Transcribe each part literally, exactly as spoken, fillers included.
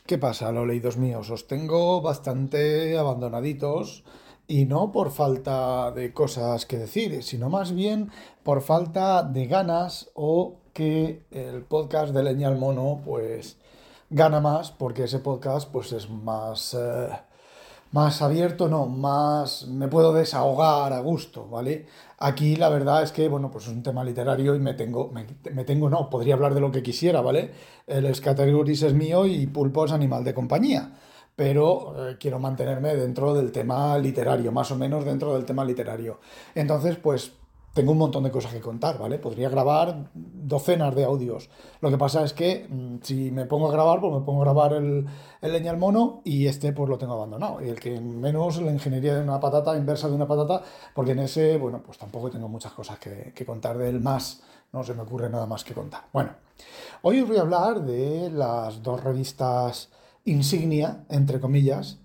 ¿Qué pasa, los leídos míos? Os tengo bastante abandonaditos y no por falta de cosas que decir, sino más bien por falta de ganas o que el podcast de Leña al Mono pues gana más porque ese podcast pues es más, eh, más abierto, no, más me puedo desahogar a gusto, ¿vale? Aquí la verdad es que, bueno, pues es un tema literario y me tengo, me, me tengo, no, podría hablar de lo que quisiera, ¿vale? El Scattergories es mío y Pulpo es animal de compañía, pero eh, quiero mantenerme dentro del tema literario, más o menos dentro del tema literario. Entonces, pues tengo un montón de cosas que contar, ¿vale? Podría grabar docenas de audios. Lo que pasa es que mm, si me pongo a grabar, pues me pongo a grabar el, el leña al mono y este pues lo tengo abandonado. Y el que menos la ingeniería de una patata, inversa de una patata, porque en ese, bueno, pues tampoco tengo muchas cosas que, que contar de él más. No se me ocurre nada más que contar. Bueno, hoy os voy a hablar de las dos revistas insignia, entre comillas,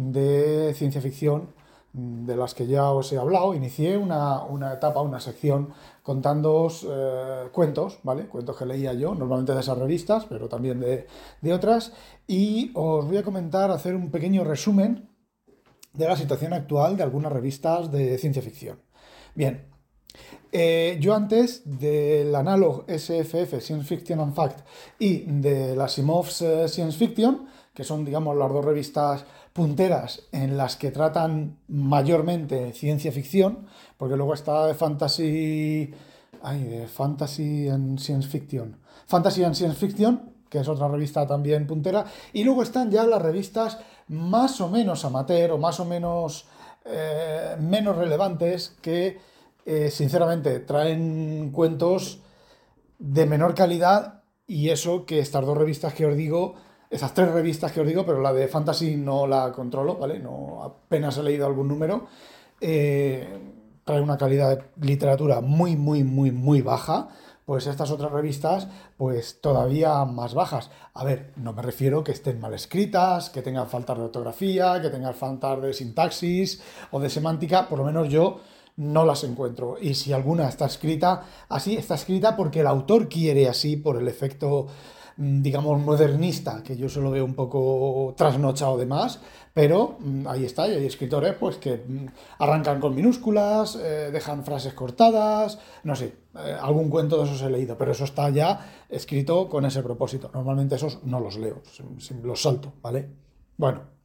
de ciencia ficción de las que ya os he hablado. Inicié una, una etapa, una sección contándoos eh, cuentos, ¿vale? Cuentos que leía yo, normalmente de esas revistas, pero también de, de otras. Y os voy a comentar, hacer un pequeño resumen de la situación actual de algunas revistas de ciencia ficción. Bien, eh, yo antes del Analog S F F, Science Fiction and Fact, y de la Asimov's eh, Science Fiction, que son, digamos, las dos revistas punteras en las que tratan mayormente ciencia ficción, porque luego está de Fantasy. Ay, de Fantasy and Science Fiction. Fantasy and Science Fiction, que es otra revista también puntera, y luego están ya las revistas más o menos amateur o más o menos eh, menos relevantes que eh, sinceramente traen cuentos de menor calidad y eso que estas dos revistas que os digo, esas tres revistas que os digo, pero la de Fantasy no la controlo, ¿vale? No, apenas he leído algún número. Eh, trae una calidad de literatura muy, muy, muy, muy baja. Pues estas otras revistas, pues todavía más bajas. A ver, no me refiero que estén mal escritas, que tengan faltas de ortografía, que tengan faltas de sintaxis o de semántica, por lo menos yo no las encuentro. Y si alguna está escrita así, está escrita porque el autor quiere así, por el efecto, mm, digamos, modernista, que yo solo veo un poco trasnochado de más, pero mm, ahí está, y hay escritores pues que mm, arrancan con minúsculas, eh, dejan frases cortadas, no sé, eh, algún cuento de esos he leído, pero eso está ya escrito con ese propósito. Normalmente esos no los leo, los salto, ¿vale? Bueno,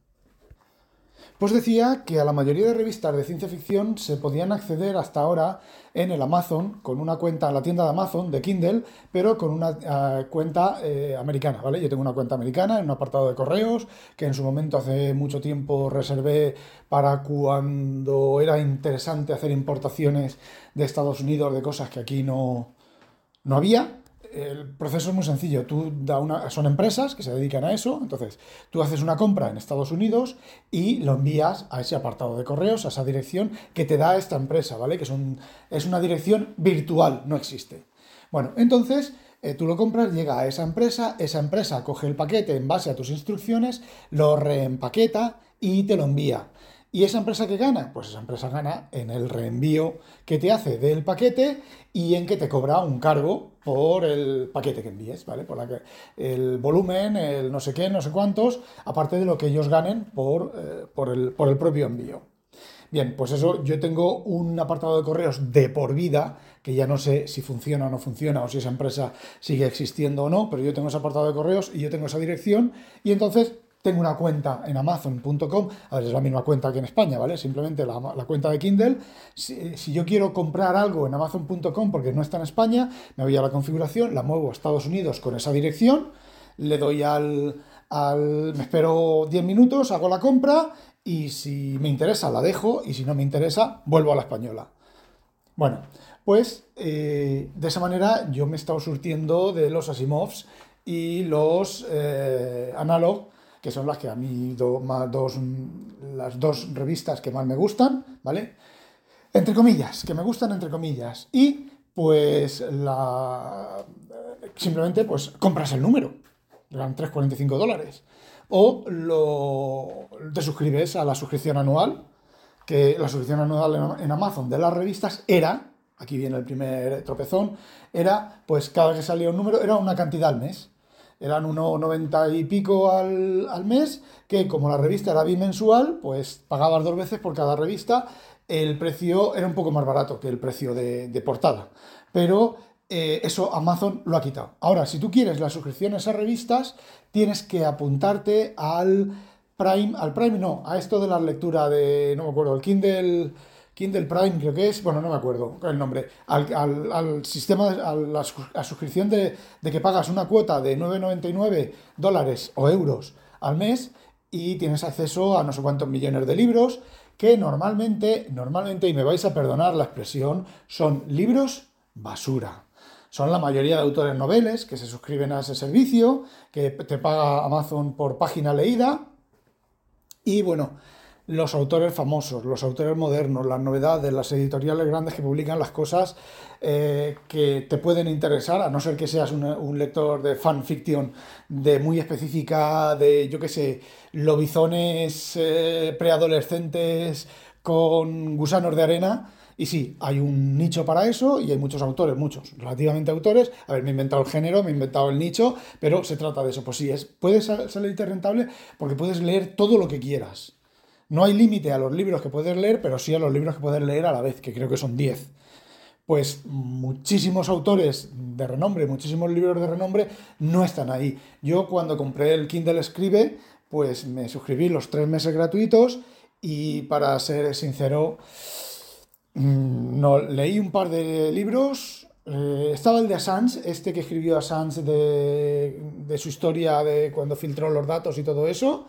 pues decía que a la mayoría de revistas de ciencia ficción se podían acceder hasta ahora en el Amazon, con una cuenta en la tienda de Amazon de Kindle, pero con una uh, cuenta eh, americana, ¿vale? Yo tengo una cuenta americana en un apartado de correos que en su momento hace mucho tiempo reservé para cuando era interesante hacer importaciones de Estados Unidos de cosas que aquí no, no había. El proceso es muy sencillo. Tú da una, son empresas que se dedican a eso. Entonces, tú haces una compra en Estados Unidos y lo envías a ese apartado de correos, a esa dirección que te da esta empresa, ¿vale? Que son, es una dirección virtual, no existe. Bueno, entonces eh, tú lo compras, llega a esa empresa, esa empresa coge el paquete en base a tus instrucciones, lo reempaqueta y te lo envía. ¿Y esa empresa que gana? Pues esa empresa gana en el reenvío que te hace del paquete y en que te cobra un cargo por el paquete que envíes, ¿vale? Por la que, el volumen, el no sé qué, no sé cuántos, aparte de lo que ellos ganen por, eh, por, el, por el propio envío. Bien, pues eso, yo tengo un apartado de correos de por vida, que ya no sé si funciona o no funciona, o si esa empresa sigue existiendo o no, pero yo tengo ese apartado de correos y yo tengo esa dirección, y entonces tengo una cuenta en amazon punto com, a ver, es la misma cuenta que en España, ¿vale? Simplemente la, la cuenta de Kindle. Si, si yo quiero comprar algo en amazon punto com porque no está en España, me voy a la configuración, la muevo a Estados Unidos con esa dirección, le doy al, al me espero diez minutos, hago la compra y si me interesa la dejo y si no me interesa vuelvo a la española. Bueno, pues eh, de esa manera yo me he estado surtiendo de los Asimovs y los eh, Analog, que son las que a mí do, más, dos, las dos revistas que más me gustan, ¿vale? Entre comillas, que me gustan entre comillas. Y pues la simplemente pues compras el número, eran tres coma cuarenta y cinco dólares. O lo, te suscribes a la suscripción anual, que la suscripción anual en Amazon de las revistas era, aquí viene el primer tropezón, era, pues cada vez que salía un número, era una cantidad al mes. eran uno noventa y pico al, al mes, que como la revista era bimensual, pues pagabas dos veces por cada revista, el precio era un poco más barato que el precio de, de portada. Pero eh, eso Amazon lo ha quitado. Ahora, si tú quieres las suscripciones a revistas, tienes que apuntarte al Prime, al Prime no, a esto de la lectura de, no me acuerdo, el Kindle, Kindle Prime creo que es, bueno, no me acuerdo el nombre, al, al- al sistema, a la, sus- a suscripción de, de que pagas una cuota de nueve noventa y nueve dólares o euros al mes y tienes acceso a no sé cuántos millones de libros que normalmente, normalmente, y me vais a perdonar la expresión, son libros basura. Son la mayoría de autores noveles que se suscriben a ese servicio, que te paga Amazon por página leída. Y bueno, los autores famosos, los autores modernos, las novedades, las editoriales grandes que publican las cosas eh, que te pueden interesar, a no ser que seas un, un lector de fanfiction de muy específica, de yo qué sé, lobizones eh, preadolescentes con gusanos de arena. Y sí, hay un nicho para eso y hay muchos autores, muchos, relativamente autores. A ver, me he inventado el género, me he inventado el nicho, pero se trata de eso. Pues sí, es, puedes salirte rentable porque puedes leer todo lo que quieras. No hay límite a los libros que puedes leer, pero sí a los libros que puedes leer a la vez, que creo que son diez. Pues muchísimos autores de renombre, muchísimos libros de renombre no están ahí. Yo cuando compré el Kindle Scribe, pues me suscribí los tres meses gratuitos y para ser sincero, mm, no, leí un par de libros. Eh, estaba el de Assange, este que escribió Assange de, de su historia de cuando filtró los datos y todo eso.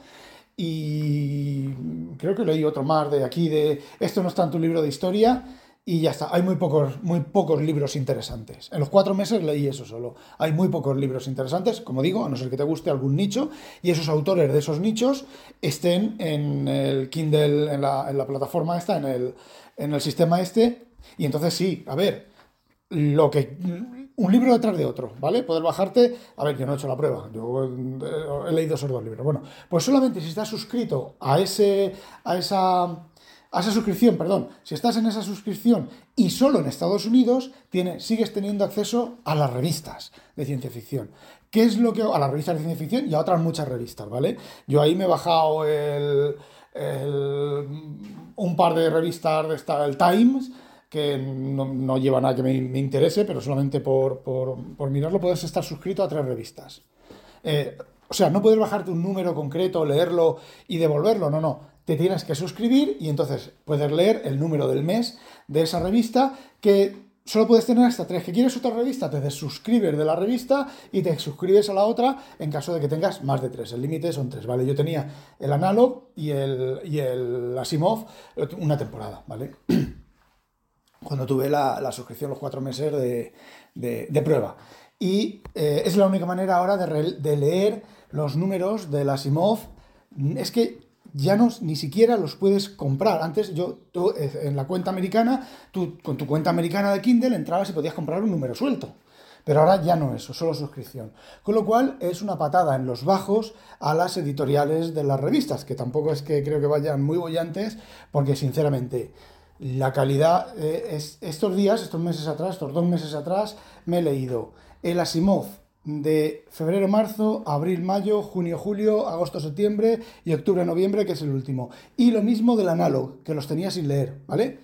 Y creo que leí otro más de aquí, de esto no está en tu libro de historia. Y ya está, hay muy pocos, muy pocos libros interesantes. En los cuatro meses leí eso solo. Hay muy pocos libros interesantes, como digo, a no ser que te guste algún nicho, y esos autores de esos nichos estén en el Kindle, en la, en la plataforma esta, en el, en el sistema este. Y entonces sí, a ver, lo que un libro detrás de otro, ¿vale? Poder bajarte, a ver, yo no he hecho la prueba, yo eh, he leído esos dos libros. Bueno, pues solamente si estás suscrito a ese, a esa, a esa suscripción, perdón, si estás en esa suscripción y solo en Estados Unidos, tiene, sigues teniendo acceso a las revistas de ciencia ficción. ¿Qué es lo que a las revistas de ciencia ficción y a otras muchas revistas, ¿vale? Yo ahí me he bajado el, el- un par de revistas de esta, el Times, que no, no lleva nada que me, me interese, pero solamente por, por, por mirarlo puedes estar suscrito a tres revistas. Eh, o sea, no puedes bajarte un número concreto, leerlo y devolverlo, no, no. Te tienes que suscribir y entonces puedes leer el número del mes de esa revista que solo puedes tener hasta tres. ¿Que quieres otra revista? Te desuscribes de la revista y te suscribes a la otra en caso de que tengas más de tres. El límite son tres, ¿vale? Yo tenía el Analog y el, y el Asimov una temporada, ¿vale? Cuando tuve la, la suscripción los cuatro meses de, de- de prueba. Y eh, es la única manera ahora de, re- de leer los números del Asimov. Es que ya no, ni siquiera los puedes comprar. Antes yo, tú, eh, en la cuenta americana, tú con tu cuenta americana de Kindle entrabas y podías comprar un número suelto. Pero ahora ya no eso, solo suscripción. Con lo cual es una patada en los bajos a las editoriales de las revistas, que tampoco es que creo que vayan muy bollantes, porque sinceramente la calidad, eh, es, estos días, estos meses atrás, estos dos meses atrás, me he leído el Asimov de febrero-marzo, abril-mayo, junio-julio, agosto-septiembre y octubre-noviembre, que es el último. Y lo mismo del Analog, que los tenía sin leer, ¿vale?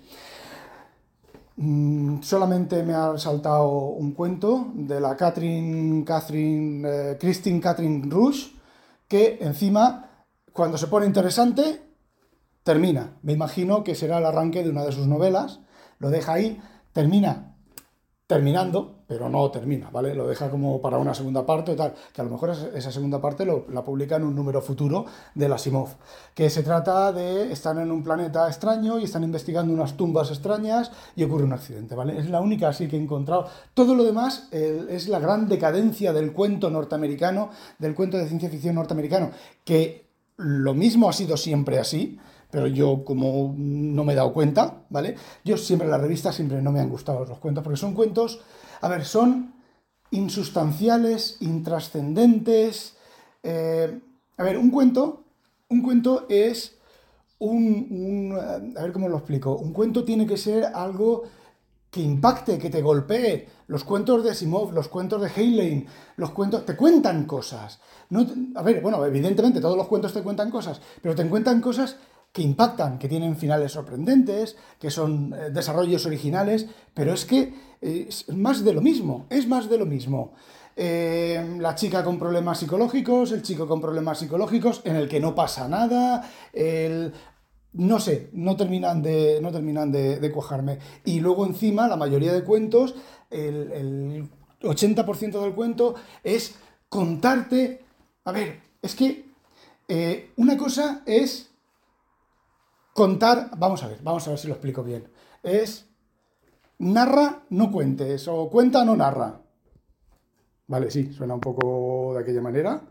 Mm, solamente me ha saltado un cuento de la Catherine, Catherine, eh, Christine Catherine Rush, que encima, cuando se pone interesante, termina. Me imagino que será el arranque de una de sus novelas. Lo deja ahí, termina terminando, pero no termina, ¿vale? Lo deja como para una segunda parte o tal, que a lo mejor esa segunda parte lo, la publica en un número futuro del Asimov, que se trata de estar en un planeta extraño y están investigando unas tumbas extrañas y ocurre un accidente, ¿vale? Es la única así que he encontrado. Todo lo demás eh, es la gran decadencia del cuento norteamericano, del cuento de ciencia ficción norteamericano, que lo mismo ha sido siempre así, pero yo como no me he dado cuenta, ¿vale? Yo siempre en las revistas siempre no me han gustado los cuentos, porque son cuentos, a ver, son insustanciales, intrascendentes. eh, a ver, un cuento, un cuento es un, un, a ver cómo lo explico. Un cuento tiene que ser algo. que impacte, que te golpee. Los cuentos de Asimov, los cuentos de Heinlein, los cuentos te cuentan cosas. No, a ver, bueno, evidentemente todos los cuentos te cuentan cosas, pero te cuentan cosas que impactan, que tienen finales sorprendentes, que son eh, desarrollos originales, pero es que eh, es más de lo mismo, es más de lo mismo. Eh, la chica con problemas psicológicos, el chico con problemas psicológicos, en el que no pasa nada, el, no sé, no terminan de, no terminan de, de cuajarme. Y luego encima, la mayoría de cuentos, el, el ochenta por ciento del cuento es contarte... A ver, es que eh, una cosa es contar... Vamos a ver, vamos a ver si lo explico bien. Es narra, no cuentes, o cuenta, no narra. Vale, sí, suena un poco de aquella manera.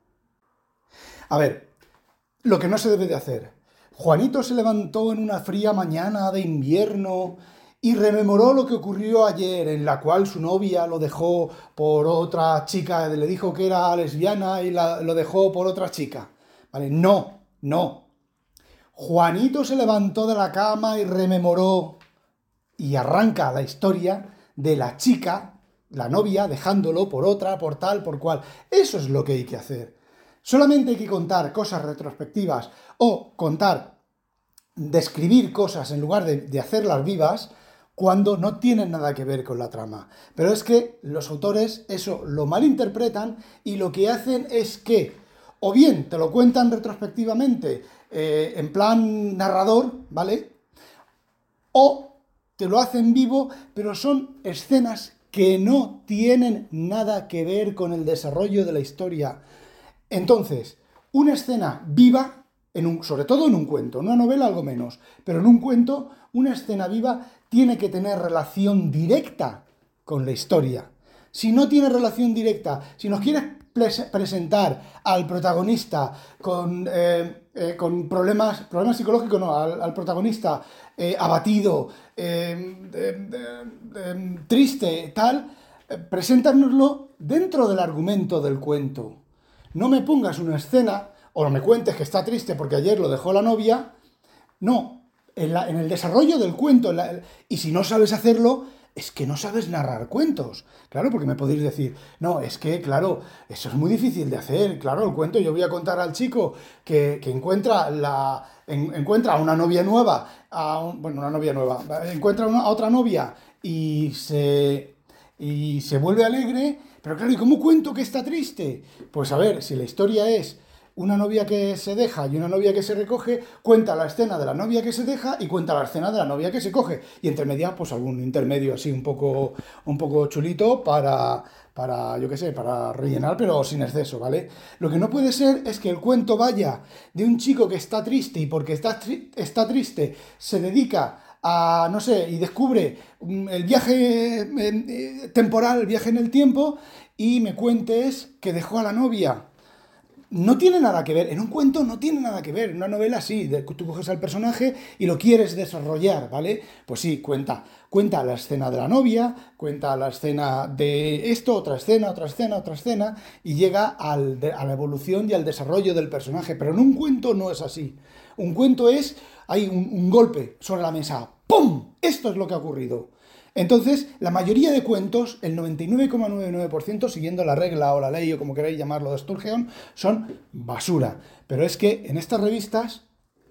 A ver, lo que no se debe de hacer. Juanito se levantó en una fría mañana de invierno y rememoró lo que ocurrió ayer, en la cual su novia lo dejó por otra chica, le dijo que era lesbiana y la- lo dejó por otra chica. ¿Vale? No, no. Juanito se levantó de la cama y rememoró y arranca la historia de la chica, la novia, dejándolo por otra, por tal, por cual. Eso es lo que hay que hacer. Solamente hay que contar cosas retrospectivas o contar, describir cosas en lugar de, de hacerlas vivas cuando no tienen nada que ver con la trama. Pero es que los autores eso lo malinterpretan y lo que hacen es que o bien te lo cuentan retrospectivamente eh, en plan narrador, ¿vale? O te lo hacen vivo, pero son escenas que no tienen nada que ver con el desarrollo de la historia. Entonces, una escena viva, en un, sobre todo en un cuento, en una novela algo menos, pero en un cuento, una escena viva tiene que tener relación directa con la historia. Si no tiene relación directa, si nos quieres presentar al protagonista con, eh, eh, con problemas, problemas psicológicos, no, al, al protagonista eh, abatido, eh, eh, eh, triste, tal, eh, presentárnoslo dentro del argumento del cuento. No me pongas una escena o no me cuentes que está triste porque ayer lo dejó la novia. No, en, la, en el desarrollo del cuento. La, y si no sabes hacerlo, es que no sabes narrar cuentos. Claro, porque me podéis decir, no, es que, claro, eso es muy difícil de hacer. Claro, el cuento, yo voy a contar al chico que, que encuentra, la, en, encuentra a una novia nueva, a un, bueno, una novia nueva, encuentra una, a otra novia y se, y se vuelve alegre. Pero claro, ¿y cómo cuento que está triste? Pues a ver, si la historia es una novia que se deja y una novia que se recoge, cuenta la escena de la novia que se deja y cuenta la escena de la novia que se coge. Y entre medias, pues algún intermedio así un poco, un poco chulito para, para, yo qué sé, para rellenar, pero sin exceso, ¿vale? Lo que no puede ser es que el cuento vaya de un chico que está triste y porque está, tri está triste se dedica a, no sé, y descubre el viaje eh, temporal, el viaje en el tiempo, y me cuentes que dejó a la novia. No tiene nada que ver, en un cuento no tiene nada que ver, en una novela sí, de, tú coges al personaje y lo quieres desarrollar, ¿vale? Pues sí, cuenta, cuenta la escena de la novia, cuenta la escena de esto, otra escena, otra escena, otra escena, y llega al, de, a la evolución y al desarrollo del personaje, pero en un cuento no es así. Un cuento es, hay un, un golpe sobre la mesa, ¡pum! Esto es lo que ha ocurrido. Entonces, la mayoría de cuentos, el noventa y nueve coma noventa y nueve por ciento, siguiendo la regla o la ley o como queráis llamarlo de Sturgeon, son basura. Pero es que en estas revistas,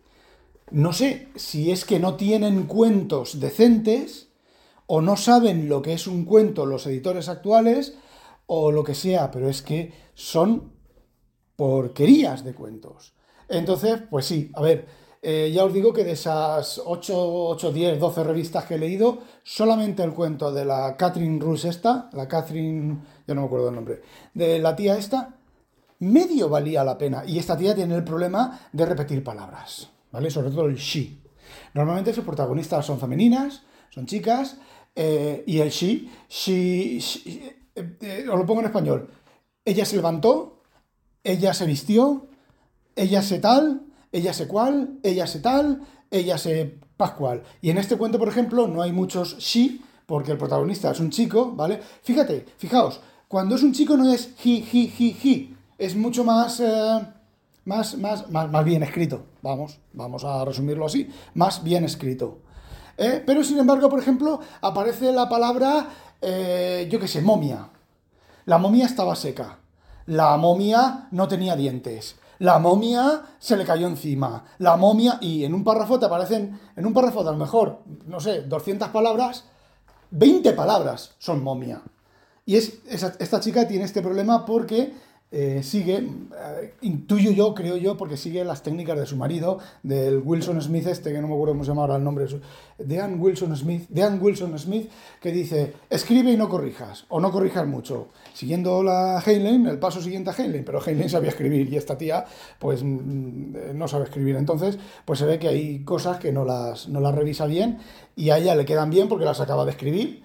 no sé si es que no tienen cuentos decentes o no saben lo que es un cuento los editores actuales o lo que sea, pero es que son porquerías de cuentos. Entonces, pues sí, a ver, eh, ya os digo que de esas ocho, ocho, diez, doce revistas que he leído, solamente el cuento de la Catherine Roos esta, la Catherine, ya no me acuerdo el nombre, de la tía esta, medio valía la pena. Y esta tía tiene el problema de repetir palabras, ¿vale? Sobre todo el she. Normalmente sus protagonistas son femeninas, son chicas, eh, y el she, she, she eh, eh, os lo pongo en español. Ella se levantó, ella se vistió, ella se tal, ella se cual, ella se tal, ella se pascual. Y en este cuento, por ejemplo, no hay muchos she, porque el protagonista es un chico, ¿vale? Fíjate, fijaos, cuando es un chico no es he, he, he, he, es mucho más, eh, más, más, más, más bien escrito, vamos, vamos a resumirlo así, más bien escrito. ¿eh? Pero sin embargo, por ejemplo, aparece la palabra, eh, yo qué sé, momia. La momia estaba seca. La momia no tenía dientes. La momia se le cayó encima. La momia... Y en un párrafo te aparecen... En un párrafo de a lo mejor, no sé, doscientas palabras, veinte palabras son momia. Y es, esa- esta chica tiene este problema porque eh, sigue, eh, intuyo yo, creo yo, porque sigue las técnicas de su marido, del Wilson Smith este, que no me acuerdo cómo se llama ahora el nombre, de su- Dean Wilson Smith, Dean Wilson Smith, que dice, escribe y no corrijas, o no corrijas mucho, siguiendo la Heinlein, el paso siguiente a Heinlein, pero Heinlein sabía escribir y esta tía, pues mm, eh, no sabe escribir, entonces, pues se ve que hay cosas que no las, no las revisa bien y a ella le quedan bien porque las acaba de escribir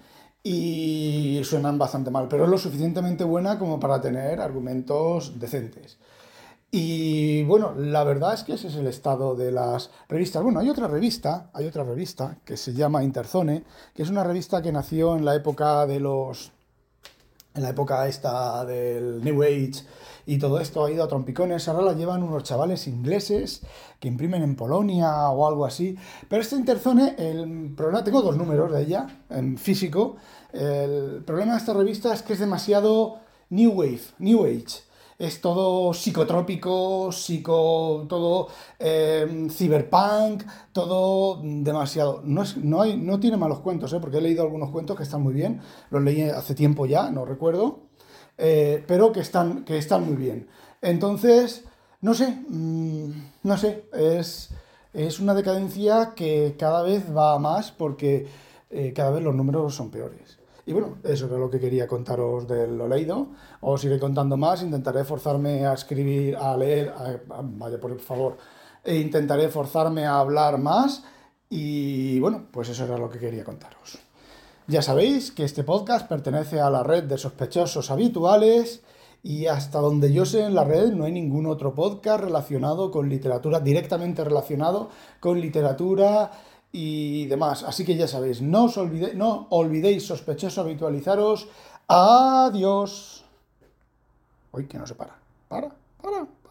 y suenan bastante mal, pero es lo suficientemente buena como para tener argumentos decentes. Y bueno, la verdad es que ese es el estado de las revistas. Bueno, hay otra revista, hay otra revista que se llama Interzone, que es una revista que nació en la época de los en la época esta del New Age y todo esto ha ido a trompicones. Ahora la llevan unos chavales ingleses que imprimen en Polonia o algo así. Pero este Interzone, el problema, tengo dos números de ella en físico. El problema de esta revista es que es demasiado New Wave, New Age. Es todo psicotrópico, psico, todo eh, cyberpunk, todo demasiado. No, es, no, hay, no tiene malos cuentos, ¿eh? Porque he leído algunos cuentos que están muy bien. Los leí hace tiempo ya, no recuerdo. Eh, pero que están, que están muy bien. Entonces, no sé, mmm, no sé, es, es una decadencia que cada vez va a más porque eh, cada vez los números son peores. Y bueno, eso era lo que quería contaros de lo leído. Os iré contando más, intentaré forzarme a escribir, a leer, a- a- vaya por favor, e intentaré forzarme a hablar más. Y bueno, pues eso era lo que quería contaros. Ya sabéis que este podcast pertenece a la red de sospechosos habituales y hasta donde yo sé en la red no hay ningún otro podcast relacionado con literatura, directamente relacionado con literatura y demás. Así que ya sabéis, no os olvide- no olvidéis sospechosos habitualizaros. Adiós. Uy, que no se para. Para, para.